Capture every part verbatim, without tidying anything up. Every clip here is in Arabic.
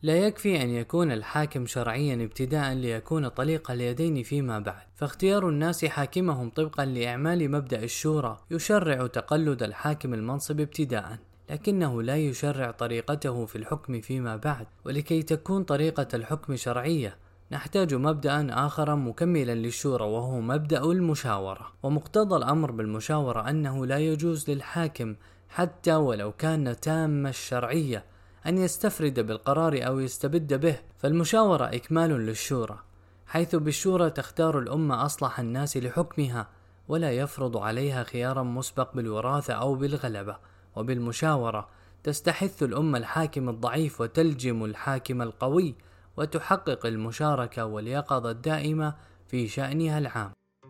لا يكفي أن يكون الحاكم شرعيا ابتداء ليكون طليق اليدين فيما بعد، فاختيار الناس حاكمهم طبقا لإعمال مبدأ الشورى يشرع تقلد الحاكم المنصب ابتداء، لكنه لا يشرع طريقته في الحكم فيما بعد. ولكي تكون طريقة الحكم شرعية نحتاج مبدأ آخر مكملا للشورى، وهو مبدأ المشاورة. ومقتضى الأمر بالمشاورة أنه لا يجوز للحاكم حتى ولو كان تام الشرعية أن يستفرد بالقرار أو يستبد به، فالمشاورة إكمال للشورى، حيث بالشورى تختار الأمة أصلح الناس لحكمها، ولا يفرض عليها خيارا مسبق بالوراثة أو بالغلبة. وبالمشاورة تستحث الأمة الحاكم الضعيف وتلجم الحاكم القوي، وتحقق المشاركة واليقظة الدائمة في شأنها العام.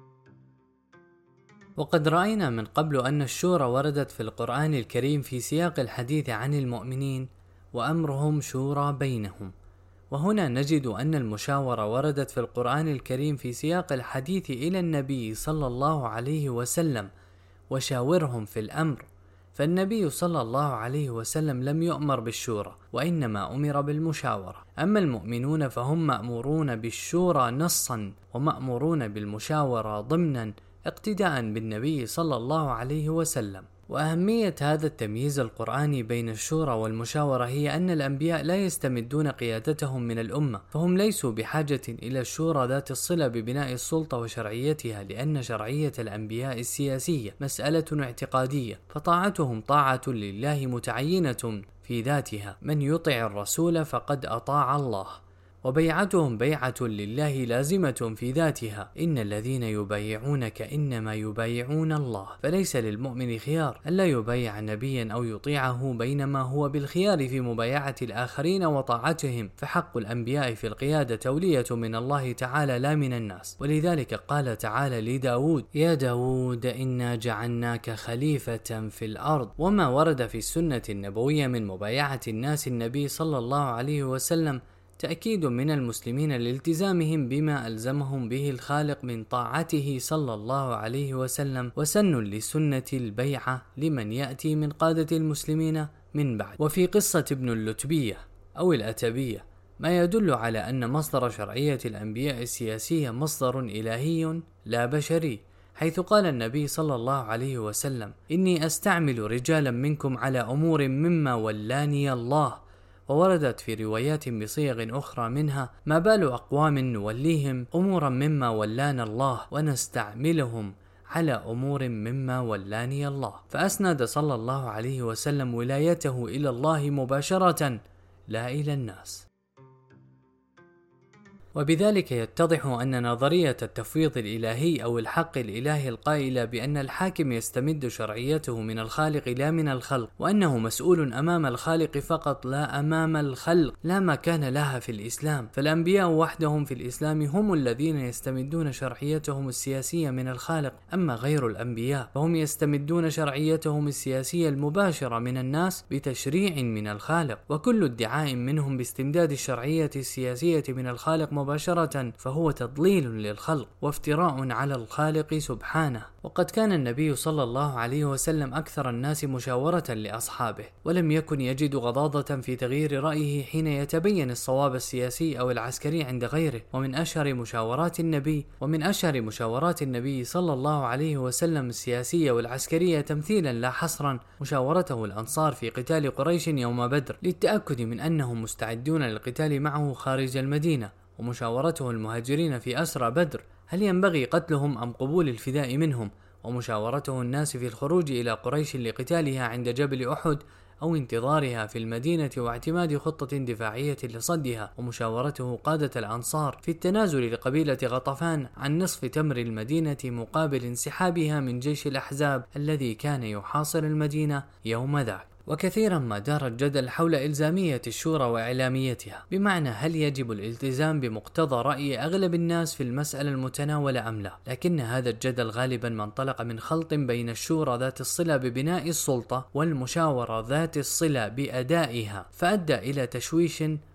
وقد رأينا من قبل أن الشورى وردت في القرآن الكريم في سياق الحديث عن المؤمنين وأمرهم شورى بينهم، وهنا نجد أن المشاورة وردت في القرآن الكريم في سياق الحديث إلى النبي صلى الله عليه وسلم وشاورهم في الأمر، فالنبي صلى الله عليه وسلم لم يؤمر بالشورى وإنما أمر بالمشاورة. أما المؤمنون فهم مأمورون بالشورى نصا ومأمورون بالمشاورة ضمنا اقتداء بالنبي صلى الله عليه وسلم. وأهمية هذا التمييز القرآني بين الشورى والمشاورة هي أن الأنبياء لا يستمدون قيادتهم من الأمة، فهم ليسوا بحاجة إلى الشورى ذات الصلة ببناء السلطة وشرعيتها، لأن شرعية الأنبياء السياسية مسألة اعتقادية، فطاعتهم طاعة لله متعينة في ذاتها، من يطع الرسول فقد أطاع الله، وبيعتهم بيعة لله لازمة في ذاتها، إن الذين يبايعونك إنما يبايعون الله. فليس للمؤمن خيار ألا يبايع نبيا أو يطيعه، بينما هو بالخيار في مبايعة الآخرين وطاعتهم، فحق الأنبياء في القيادة تولية من الله تعالى لا من الناس. ولذلك قال تعالى لداود: يا داود إنا جعلناك خليفة في الأرض. وما ورد في السنة النبوية من مبايعة الناس النبي صلى الله عليه وسلم تأكيد من المسلمين لالتزامهم بما ألزمهم به الخالق من طاعته صلى الله عليه وسلم، وسن لسنة البيعة لمن يأتي من قادة المسلمين من بعد. وفي قصة ابن اللتبية أو الأتبية ما يدل على أن مصدر شرعية الأنبياء السياسية مصدر إلهي لا بشري، حيث قال النبي صلى الله عليه وسلم: إني أستعمل رجالا منكم على أمور مما ولاني الله. ووردت في روايات بصيغ أخرى منها: ما بال أقوام نوليهم أمورا مما ولانا الله ونستعملهم على أمور مما ولاني الله. فأسند صلى الله عليه وسلم ولايته إلى الله مباشرة لا إلى الناس. وبذلك يتضح أن نظرية التفويض الإلهي أو الحق الإلهي القائلة بأن الحاكم يستمد شرعيته من الخالق لا من الخلق، وأنه مسؤول أمام الخالق فقط لا أمام الخلق، لا مكان لها في الإسلام. فالأنبياء وحدهم في الإسلام هم الذين يستمدون شرعيتهم السياسية من الخالق، أما غير الأنبياء فهم يستمدون شرعيتهم السياسية المباشرة من الناس بتشريع من الخالق. وكل ادعاء منهم باستمداد الشرعية السياسية من الخالق مباشرة فهو تضليل للخلق وافتراء على الخالق سبحانه. وقد كان النبي صلى الله عليه وسلم أكثر الناس مشاورة لأصحابه، ولم يكن يجد غضاضة في تغيير رأيه حين يتبين الصواب السياسي أو العسكري عند غيره. ومن أشهر مشاورات النبي ومن أشهر مشاورات النبي صلى الله عليه وسلم السياسية والعسكرية تمثيلا لا حصرا مشاورته الأنصار في قتال قريش يوم بدر للتأكد من أنهم مستعدون للقتال معه خارج المدينة، ومشاورته المهاجرين في أسرى بدر هل ينبغي قتلهم أم قبول الفداء منهم، ومشاورته الناس في الخروج إلى قريش لقتالها عند جبل أحد أو انتظارها في المدينة واعتماد خطة دفاعية لصدها، ومشاورته قادة الأنصار في التنازل لقبيلة غطفان عن نصف تمر المدينة مقابل انسحابها من جيش الأحزاب الذي كان يحاصر المدينة يوم ذاك. وكثيرا ما دار الجدل حول إلزامية الشورى وإعلاميتها، بمعنى هل يجب الالتزام بمقتضى رأي أغلب الناس في المسألة المتناولة أم لا. لكن هذا الجدل غالبا ما انطلق من خلط بين الشورى ذات الصلة ببناء السلطة والمشاورة ذات الصلة بأدائها، فأدى إلى تشويش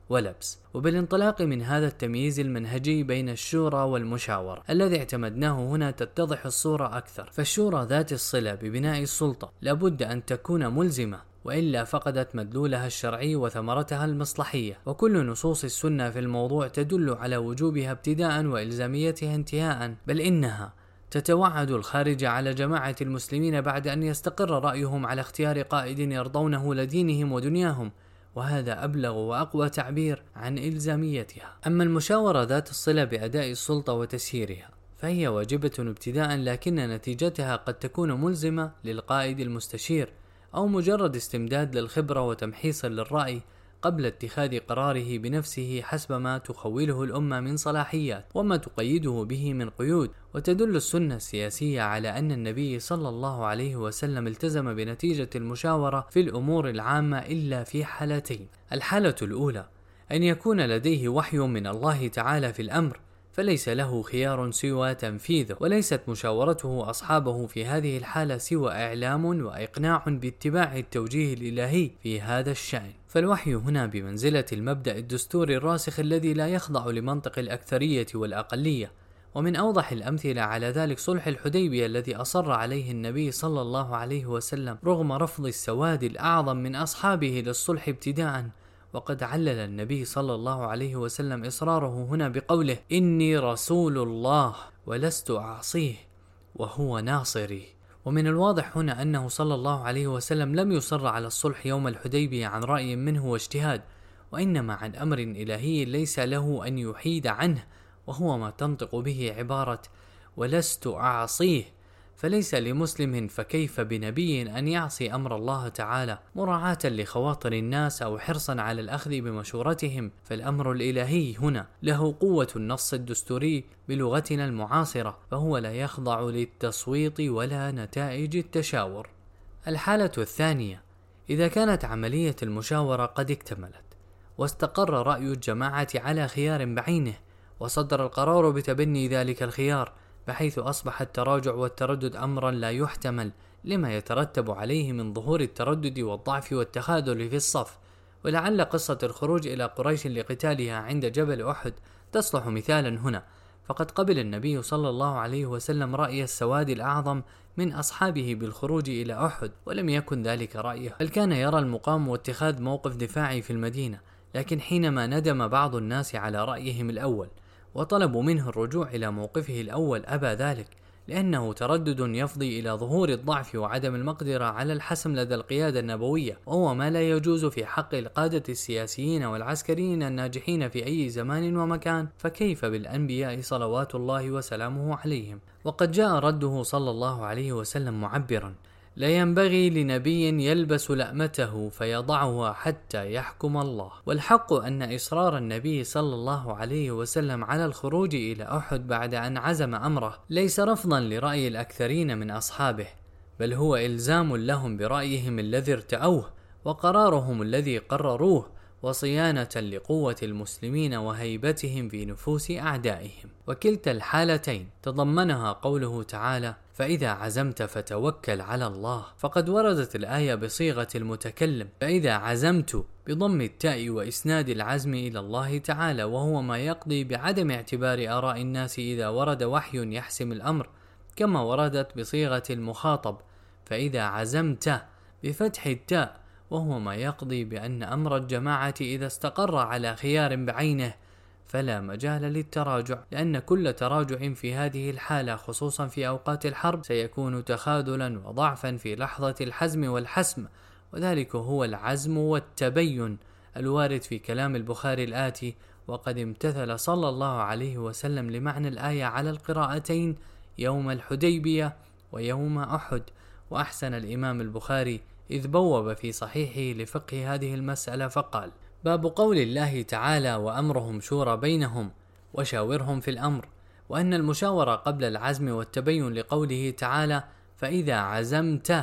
ولبس. وبالانطلاق من هذا التمييز المنهجي بين الشورى والمشاورة الذي اعتمدناه هنا تتضح الصورة أكثر. فالشورى ذات الصلة ببناء السلطة لابد أن تكون ملزمة، وإلا فقدت مدلولها الشرعي وثمرتها المصلحية. وكل نصوص السنة في الموضوع تدل على وجوبها ابتداء وإلزاميتها انتهاء، بل إنها تتوعد الخارج على جماعة المسلمين بعد أن يستقر رأيهم على اختيار قائد يرضونه لدينهم ودنياهم، وهذا أبلغ وأقوى تعبير عن إلزاميتها. أما المشاورة ذات الصلة بأداء السلطة وتسييرها فهي واجبة ابتداء، لكن نتيجتها قد تكون ملزمة للقائد المستشير، أو مجرد استمداد للخبرة وتمحيص للرأي قبل اتخاذ قراره بنفسه حسب ما تخوله الأمة من صلاحيات وما تقيده به من قيود. وتدل السنة السياسية على أن النبي صلى الله عليه وسلم التزم بنتيجة المشاورة في الأمور العامة إلا في حالتين: الحالة الأولى أن يكون لديه وحي من الله تعالى في الأمر فليس له خيار سوى تنفيذه، وليست مشاورته أصحابه في هذه الحالة سوى إعلام وإقناع باتباع التوجيه الإلهي في هذا الشأن. فالوحي هنا بمنزلة المبدأ الدستوري الراسخ الذي لا يخضع لمنطق الأكثرية والأقلية. ومن أوضح الأمثلة على ذلك صلح الحديبية الذي أصر عليه النبي صلى الله عليه وسلم رغم رفض السواد الأعظم من أصحابه للصلح ابتداءً. وقد علل النبي صلى الله عليه وسلم إصراره هنا بقوله: إني رسول الله ولست أعصيه وهو ناصري. ومن الواضح هنا أنه صلى الله عليه وسلم لم يصر على الصلح يوم الحديبية عن رأي منه واجتهاد، وإنما عن أمر إلهي ليس له أن يحيد عنه، وهو ما تنطق به عبارة ولست أعصيه. فليس لمسلم فكيف بنبي أن يعصي أمر الله تعالى مراعاة لخواطر الناس أو حرصا على الأخذ بمشورتهم. فالأمر الإلهي هنا له قوة النص الدستوري بلغتنا المعاصرة، فهو لا يخضع للتصويت ولا نتائج التشاور. الحالة الثانية: إذا كانت عملية المشاورة قد اكتملت واستقر رأي الجماعة على خيار بعينه، وصدر القرار بتبني ذلك الخيار، بحيث أصبح التراجع والتردد أمرا لا يحتمل لما يترتب عليه من ظهور التردد والضعف والتخاذل في الصف. ولعل قصة الخروج إلى قريش لقتالها عند جبل أحد تصلح مثالا هنا، فقد قبل النبي صلى الله عليه وسلم رأي السواد الأعظم من أصحابه بالخروج إلى أحد، ولم يكن ذلك رأيه، بل كان يرى المقام واتخاذ موقف دفاعي في المدينة. لكن حينما ندم بعض الناس على رأيهم الأول وطلبوا منه الرجوع إلى موقفه الأول أبى ذلك، لأنه تردد يفضي إلى ظهور الضعف وعدم المقدرة على الحسم لدى القيادة النبوية، وهو ما لا يجوز في حق القادة السياسيين والعسكريين الناجحين في أي زمان ومكان، فكيف بالأنبياء صلوات الله وسلامه عليهم؟ وقد جاء رده صلى الله عليه وسلم معبرا: لا ينبغي لنبي يلبس لأمته فيضعها حتى يحكم الله. والحق أن إصرار النبي صلى الله عليه وسلم على الخروج إلى أحد بعد أن عزم أمره ليس رفضا لرأي الأكثرين من أصحابه، بل هو إلزام لهم برأيهم الذي ارتأوه وقرارهم الذي قرروه، وصيانة لقوة المسلمين وهيبتهم في نفوس أعدائهم. وكلتا الحالتين تضمنها قوله تعالى: فإذا عزمت فتوكل على الله. فقد وردت الآية بصيغة المتكلم فإذا عزمت بضم التاء وإسناد العزم إلى الله تعالى، وهو ما يقضي بعدم اعتبار آراء الناس إذا ورد وحي يحسم الأمر، كما وردت بصيغة المخاطب فإذا عزمت بفتح التاء، وهو ما يقضي بأن أمر الجماعة إذا استقر على خيار بعينه فلا مجال للتراجع، لأن كل تراجع في هذه الحالة خصوصا في أوقات الحرب سيكون تخاذلا وضعفا في لحظة الحزم والحسم، وذلك هو العزم والتبين الوارد في كلام البخاري الآتي: وقد امتثل صلى الله عليه وسلم لمعنى الآية على القراءتين يوم الحديبية ويوم أحد. وأحسن الإمام البخاري إذ بوب في صحيحه لفقه هذه المسألة فقال: باب قول الله تعالى: وأمرهم شورى بينهم وشاورهم في الأمر، وأن المشاورة قبل العزم والتبين لقوله تعالى: فإذا عزمت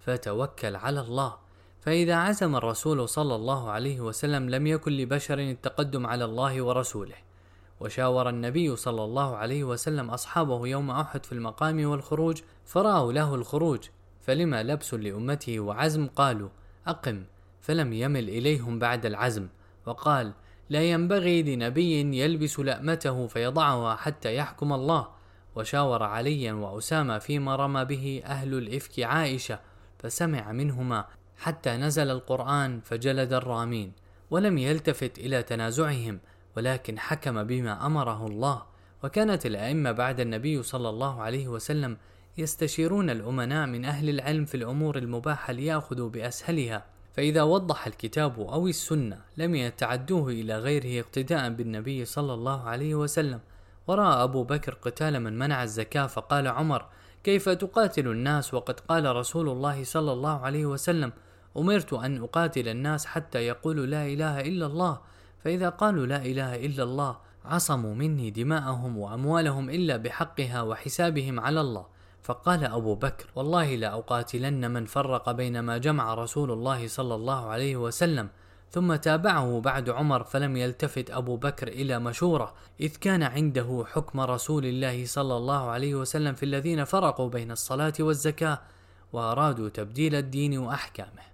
فتوكل على الله. فإذا عزم الرسول صلى الله عليه وسلم لم يكن لبشر التقدم على الله ورسوله. وشاور النبي صلى الله عليه وسلم أصحابه يوم أحد في المقام والخروج فرأوا له الخروج، فلما لبس لأمته وعزم قالوا: أقم، فلم يمل إليهم بعد العزم، وقال: لا ينبغي لنبي يلبس لأمته فيضعها حتى يحكم الله. وشاور عليا وأسامة فيما رمى به أهل الإفك عائشة فسمع منهما حتى نزل القرآن فجلد الرامين، ولم يلتفت إلى تنازعهم ولكن حكم بما أمره الله. وكانت الأئمة بعد النبي صلى الله عليه وسلم يستشيرون الأمناء من أهل العلم في الأمور المباحة ليأخذوا بأسهلها، فإذا وضح الكتاب أو السنة لم يتعدوه إلى غيره اقتداء بالنبي صلى الله عليه وسلم. ورأى أبو بكر قتال من منع الزكاة فقال عمر: كيف تقاتل الناس وقد قال رسول الله صلى الله عليه وسلم: أمرت أن أقاتل الناس حتى يقولوا لا إله إلا الله، فإذا قالوا لا إله إلا الله عصموا مني دماءهم وأموالهم إلا بحقها وحسابهم على الله. فقال أبو بكر: والله لا أقاتلن من فرق بين ما جمع رسول الله صلى الله عليه وسلم. ثم تابعه بعد عمر فلم يلتفت أبو بكر إلى مشورة، إذ كان عنده حكم رسول الله صلى الله عليه وسلم في الذين فرقوا بين الصلاة والزكاة وأرادوا تبديل الدين وأحكامه.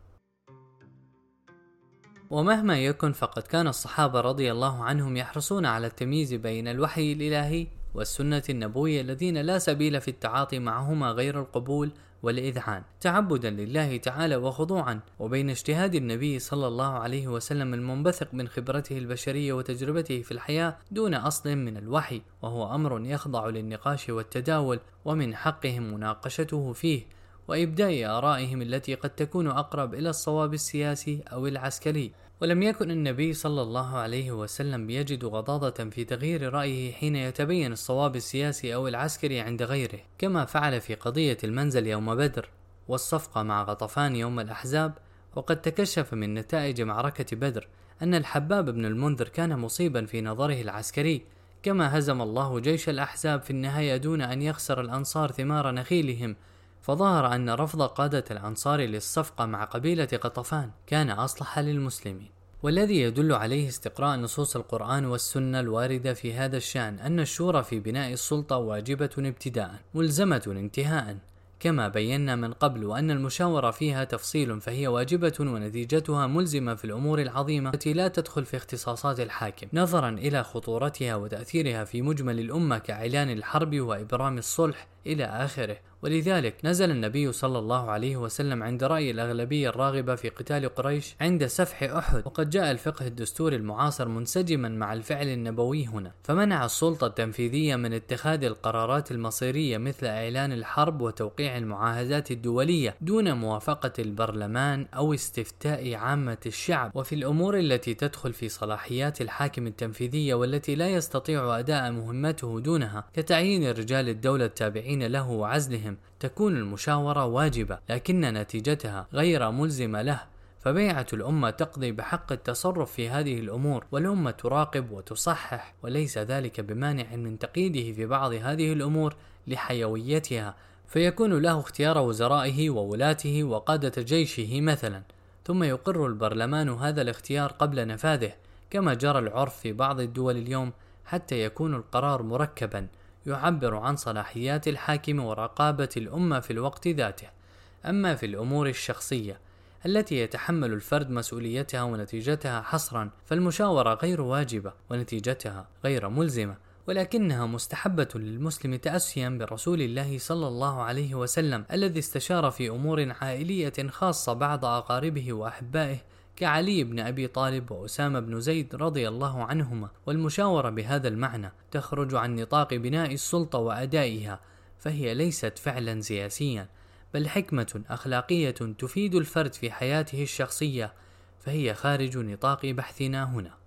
ومهما يكن فقد كان الصحابة رضي الله عنهم يحرصون على التمييز بين الوحي الإلهي والسنة النبوية الذين لا سبيل في التعاطي معهما غير القبول والإذعان تعبدا لله تعالى وخضوعا، وبين اجتهاد النبي صلى الله عليه وسلم المنبثق من خبرته البشرية وتجربته في الحياة دون أصل من الوحي، وهو أمر يخضع للنقاش والتداول ومن حقهم مناقشته فيه وإبداء آرائهم التي قد تكون أقرب إلى الصواب السياسي أو العسكري. ولم يكن النبي صلى الله عليه وسلم يجد غضاضة في تغيير رأيه حين يتبين الصواب السياسي أو العسكري عند غيره، كما فعل في قضية المنزل يوم بدر والصفقة مع غطفان يوم الأحزاب. وقد تكشف من نتائج معركة بدر أن الحباب بن المنذر كان مصيبا في نظره العسكري، كما هزم الله جيش الأحزاب في النهاية دون أن يخسر الأنصار ثمار نخيلهم. فظهر أن رفض قادة الأنصار للصفقة مع قبيلة غطفان كان أصلح للمسلمين، والذي يدل عليه استقراء نصوص القرآن والسنة الواردة في هذا الشأن أن الشورى في بناء السلطة واجبة ابتداء ملزمة انتهاء، كما بينا من قبل وأن المشاورة فيها تفصيل فهي واجبة ونتيجتها ملزمة في الأمور العظيمة التي لا تدخل في اختصاصات الحاكم، نظرا إلى خطورتها وتأثيرها في مجمل الأمة كإعلان الحرب وإبرام الصلح إلى آخره. ولذلك نزل النبي صلى الله عليه وسلم عند رأي الأغلبية الراغبة في قتال قريش عند سفح أحد، وقد جاء الفقه الدستوري المعاصر منسجما مع الفعل النبوي هنا، فمنع السلطة التنفيذية من اتخاذ القرارات المصيرية مثل إعلان الحرب وتوقيع المعاهدات الدولية دون موافقة البرلمان أو استفتاء عامة الشعب. وفي الأمور التي تدخل في صلاحيات الحاكم التنفيذية والتي لا يستطيع أداء مهمته دونها كتعيين رجال الدولة التابعين له وعزلهم تكون المشاورة واجبة لكن نتيجتها غير ملزمة له، فبيعة الأمة تقضي بحق التصرف في هذه الأمور، والأمة تراقب وتصحح، وليس ذلك بمانع من تقييده في بعض هذه الأمور لحيويتها، فيكون له اختيار وزرائه وولاته وقادة جيشه مثلا، ثم يقر البرلمان هذا الاختيار قبل نفاذه كما جرى العرف في بعض الدول اليوم، حتى يكون القرار مركبا يعبر عن صلاحيات الحاكم ورقابة الأمة في الوقت ذاته. أما في الأمور الشخصية التي يتحمل الفرد مسؤوليتها ونتيجتها حصرا فالمشاورة غير واجبة ونتيجتها غير ملزمة، ولكنها مستحبة للمسلم تأسيا برسول الله صلى الله عليه وسلم الذي استشار في أمور عائلية خاصة بعض أقاربه وأحبائه كعلي بن أبي طالب وأسامة بن زيد رضي الله عنهما. والمشاورة بهذا المعنى تخرج عن نطاق بناء السلطة وأدائها، فهي ليست فعلا سياسيا بل حكمة أخلاقية تفيد الفرد في حياته الشخصية، فهي خارج نطاق بحثنا هنا.